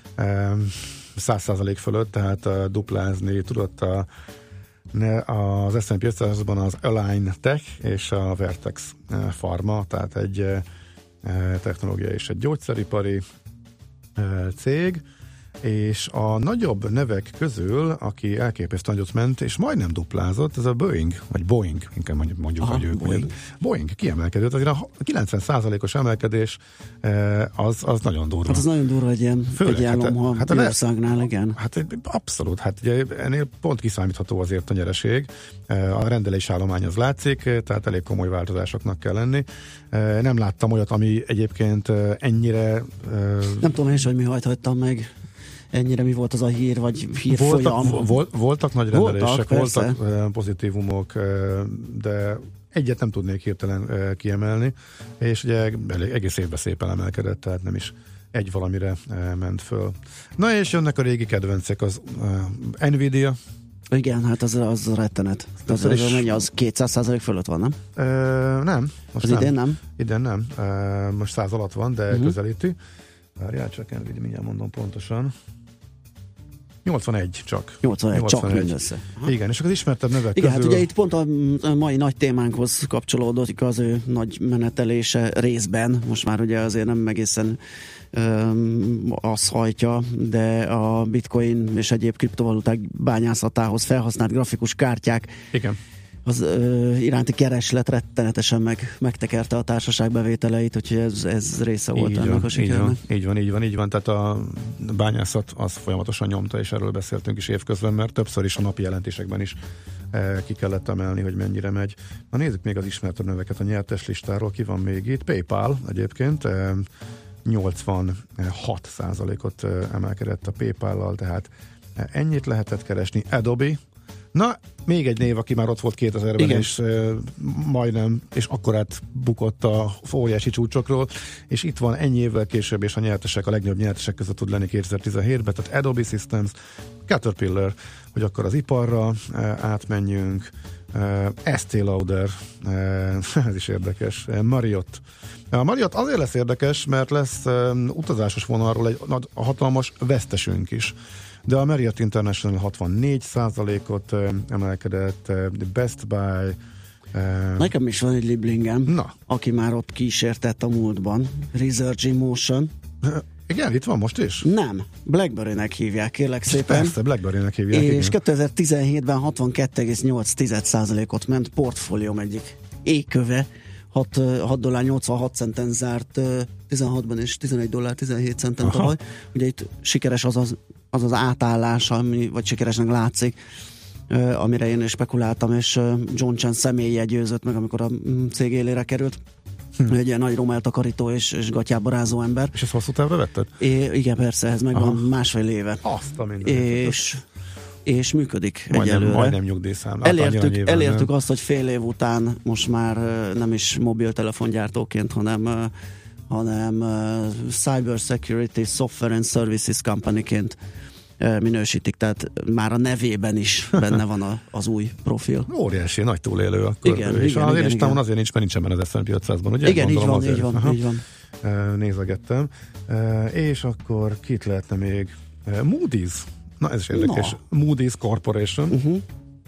100% fölött, tehát duplázni tudott az S&P 500-ban az Align Tech és a Vertex Pharma, tehát egy technológiai és egy gyógyszeripari cég, és a nagyobb nevek közül, aki elképesztő nagyot ment, és majdnem duplázott, ez a Boeing, inkább mondjuk, hogy ők. Boeing kiemelkedett, azért a 90%-os emelkedés az nagyon durva. Hát az nagyon durva egy ilyen egyálom, ha országnál, igen. Hát abszolút, hát ugye ennél pont kiszámítható azért a nyereség. A rendelés állomány az látszik, tehát elég komoly változásoknak kell lenni. Nem láttam olyat, ami egyébként ennyire... Nem tudom én is, hogy mi hajthattam meg. Ennyire mi volt az a hír, vagy hírfolyam? Voltak nagy rendelések, voltak pozitívumok, de egyet nem tudnék hirtelen kiemelni, és ugye egész évben szépen emelkedett, tehát nem is egy valamire ment föl. Na és jönnek a régi kedvencek, az Nvidia. Igen, hát az rettenet. Az mennyi, az 200% fölött van, nem? Nem. Most az nem. Idén nem? Idén nem. Most 100 alatt van, de közelíti. Várjál csak, Nvidia, mindjárt mondom pontosan. 81 csak. 81 csak mindössze. Igen, és az ismertebb nevek igen, közül... hát ugye itt pont a mai nagy témánkhoz kapcsolódik az ő nagy menetelése részben. Most már ugye azért nem egészen az hajtja, de a bitcoin és egyéb kriptovaluták bányászatához felhasznált grafikus kártyák igen. Az iránti kereslet rettenetesen megtekerte a társaság bevételeit, úgyhogy ez része volt ennek a sikernek. Így van. Tehát a bányászat az folyamatosan nyomta, és erről beszéltünk is évközben, mert többször is a napi jelentésekben is ki kellett emelni, hogy mennyire megy. Na nézzük még az ismertebb neveket a nyertes listáról, ki van még itt. PayPal egyébként 86%-ot emelkedett a PayPal-lal, tehát ennyit lehetett keresni. Adobe, na, még egy név, aki már ott volt 2000-ben, és majdnem, és akkorát bukott a óriási csúcsokról, és itt van ennyi évvel később, és a nyertesek, a legnagyobb nyertesek között tud lenni 2017-ben, tehát Adobe Systems, Caterpillar, hogy akkor az iparra átmenjünk, Estée Lauder, ez is érdekes, Marriott. A Marriott azért lesz érdekes, mert lesz utazásos vonalról egy hatalmas vesztesünk is. De a Marriott International 64%-ot emelkedett, Best Buy... Nekem is van egy liblingem, aki már ott kísértett a múltban, Research in Motion. Igen, itt van most is? Nem, BlackBerry-nek hívják, kérlek szépen. Persze, BlackBerry-nek hívják. És igen. 2017-ben 62,8%-ot ment portfólióm egyik éköve, $6.86 zárt 16-ban és $11.17 tavaly. Ugye itt sikeres az átállás, ami, vagy sikeresnek látszik, amire én is spekuláltam, és John Chen személye győzött meg, amikor a cég élére került. Egy ilyen nagy romeltakarító és gatyába rázó ember. És ezt hosszú távra vetted? Igen, persze, ez megvan másfél éve. Azt a mindenit. És működik egyelőre. Majdnem nyugdíjszám. Elértük azt, hogy fél év után most már nem is mobiltelefongyártóként, hanem Cyber Security Software and Services Company-ként minősítik, tehát már a nevében is benne van az új profil. Óriási, nagy túlélő akkor. Igen, és igen, az igen, listámon azért nincs, mert nincsen benne az S&P 500-ban, ugye? Igen, így van. Nézegettem. És akkor kit lehetne még? Moody's. Na, ez is érdekes. Moody's Corporation.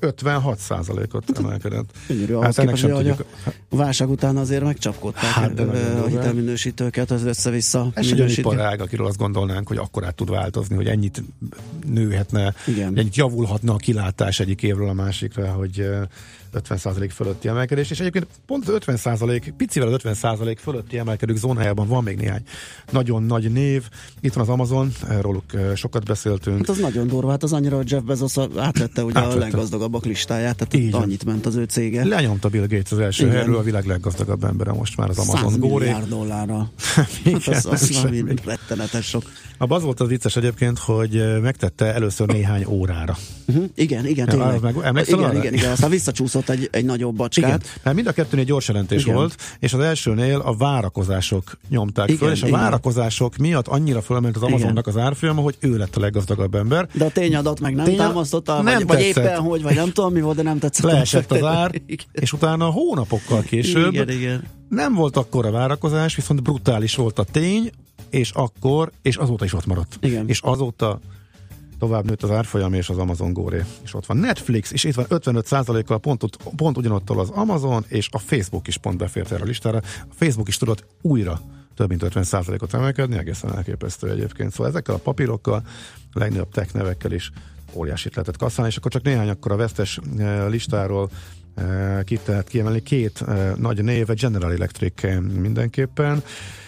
56%-ot emelkedett. Hát ennek sem tudjuk. A válság után azért megcsapkodták a hitelminősítőket, az össze-vissza minősítő. Ez egy iparág, akiről azt gondolnánk, hogy akkorát tud változni, hogy ennyit nőhetne, ennyit javulhatna a kilátás egyik évről a másikra, hogy 50% fölötti emelkedés, és egyébként pont az 50%, picivel az 50% fölötti emelkedők zónájában van még néhány nagyon nagy név. Itt van az Amazon, róluk sokat beszéltünk. Hát az nagyon durva, hát az annyira, hogy Jeff Bezos átvette ugye a leggazdagabbak listáját, tehát annyit ment az ő cége. Lenyomta Bill Gates az első helyről, a világ leggazdagabb embere most már az Amazon Góri. $100 milliárd. Hát az valami rettenetes sok. Az volt az vicces egyébként, hogy megtette először néhány órára. Igen, tényleg. Igen, aztán visszacsúszott egy nagyobb bacskát. Igen, mert mind a kettőnél gyors jelentés volt, és az elsőnél a várakozások nyomták föl, és a várakozások miatt annyira fölment az Amazonnak az árfolyama, hogy ő lett a leggazdagabb ember. De a tényadat meg nem támasztotta, vagy éppen hogy, vagy nem tudom mi volt, de nem tetszett. Leesett az ár, és utána hónapokkal később nem volt akkora várakozás, viszont brutális volt a tény, és azóta is ott maradt. Igen. És azóta tovább nőtt az árfolyam és az Amazon Góri. És ott van Netflix, és itt van 55%-kal pont ugyanottól az Amazon, és a Facebook is pont befért erre a listára. A Facebook is tudott újra több mint 50%-ot emelkedni, egészen elképesztő egyébként. Szóval ezekkel a papírokkal, a legnagyobb tech nevekkel is óriásit lehetett kasszálni, és akkor csak néhány akkor a vesztes listáról ki lehet kiemelni. Két nagy név, General Electric mindenképpen.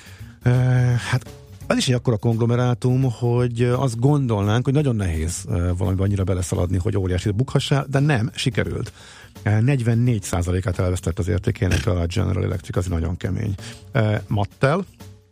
Hát az is egy akkora konglomerátum, hogy azt gondolnánk, hogy nagyon nehéz valamiben annyira beleszaladni, hogy óriási bukhassál, de nem, sikerült. 44%-át elvesztett az értékének a General Electric, az nagyon kemény. Mattel,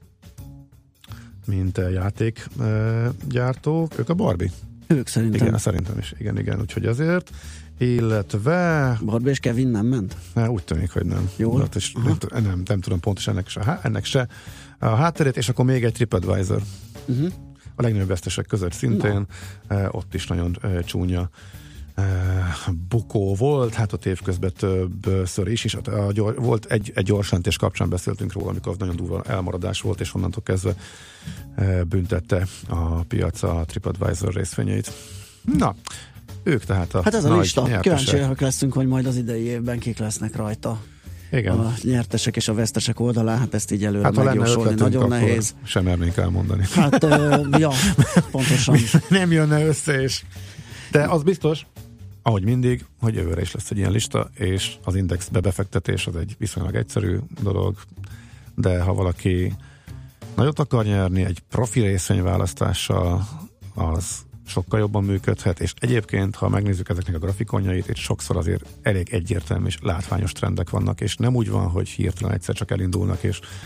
mint játékgyártók, ők a Barbie. Ők szerintem. Igen, szerintem is. Igen, úgyhogy azért. Illetve... Barbie és Kevin nem ment? Úgy tűnik, hogy nem. Jó. Nem tudom pontosan ennek se a hátterét, és akkor még egy TripAdvisor. A legnagyobb vesztesek között szintén. Ott is nagyon csúnya bukó volt, hát ott évközben többször is, és volt egy gyorsjelentés kapcsán beszéltünk róla, amikor nagyon durva elmaradás volt, és onnantól kezdve büntette a piac a TripAdvisor részvényeit. Na, ők tehát a hát ez a nagy lista. nyertesek. Kíváncsiak leszünk, hogy majd az idei évben kik lesznek rajta. Igen. A nyertesek és a vesztesek oldalán, hát ezt így előre Hát ha lenne megjósolni ötletünk, nagyon akkor nehéz. sem mernénk elmondani. Hát, ja, pontosan. Nem jönne össze, és de az biztos, ahogy mindig, hogy jövőre is lesz egy ilyen lista, és az indexbe befektetés az egy viszonylag egyszerű dolog, de ha valaki nagyot akar nyerni egy profi részvényválasztással, az sokkal jobban működhet, és egyébként, ha megnézzük ezeknek a grafikonjait, itt sokszor azért elég egyértelmű és látványos trendek vannak, és nem úgy van, hogy hirtelen egyszer csak elindulnak,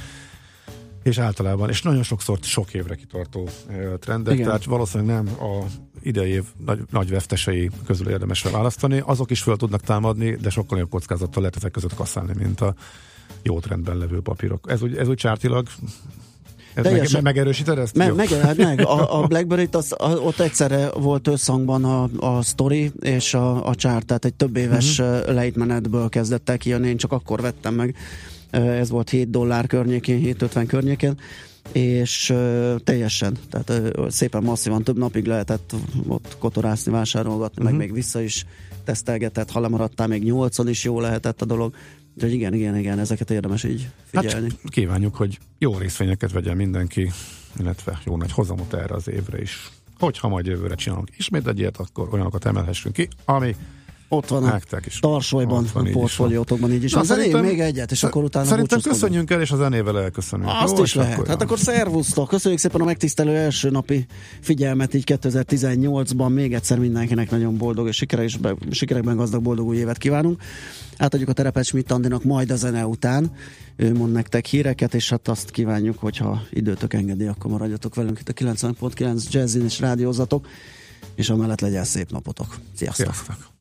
és általában, és nagyon sokszor sok évre kitartó trendek, igen. Tehát valószínűleg nem a idei év nagy vesztesei közül érdemes választani, azok is fel tudnak támadni, de sokkal jobb kockázattal lehet ezek között kasszálni, mint a jó trendben levő papírok. Ez úgy csártilag megerősíted ezt? Meg. A BlackBerry-t ott egyszerre volt összhangban a sztori és a chart, tehát egy több éves lejtmenetből kezdett el kijönni, én csak akkor vettem meg. Ez volt $7 környékén, 7.50 környékén, és teljesen, tehát szépen masszívan több napig lehetett ott kotorászni, vásárolgatni, meg még vissza is tesztelgetett, ha lemaradtál, még 8-on is jó lehetett a dolog. Úgyhogy igen, ezeket érdemes így figyelni. Hát kívánjuk, hogy jó részvényeket vegyen mindenki, illetve jó nagy hozamot erre az évre is. Hogyha majd jövőre csinálunk ismét egy ilyet, akkor olyanokat emelhessünk ki, ami ott van a tarsolyban, a portfóliótokban így is. Na, zenéljünk még egyet, és akkor utána szerintem köszönjünk el, és a zenével elköszönünk. Azt is lehet. Hát akkor szervusztok! Köszönjük szépen a megtisztelő első napi figyelmet így 2018-ban. Még egyszer mindenkinek nagyon boldog és sikerekben gazdag boldog új évet kívánunk. Átadjuk a terepet Schmidt Andinak majd a zene után. Ő mond nektek híreket, és hát azt kívánjuk, hogyha időtök engedi, akkor maradjatok velünk itt a 90.9 Jazzin és rádiózatok, és amellett legyen szép napotok. Sziasztok!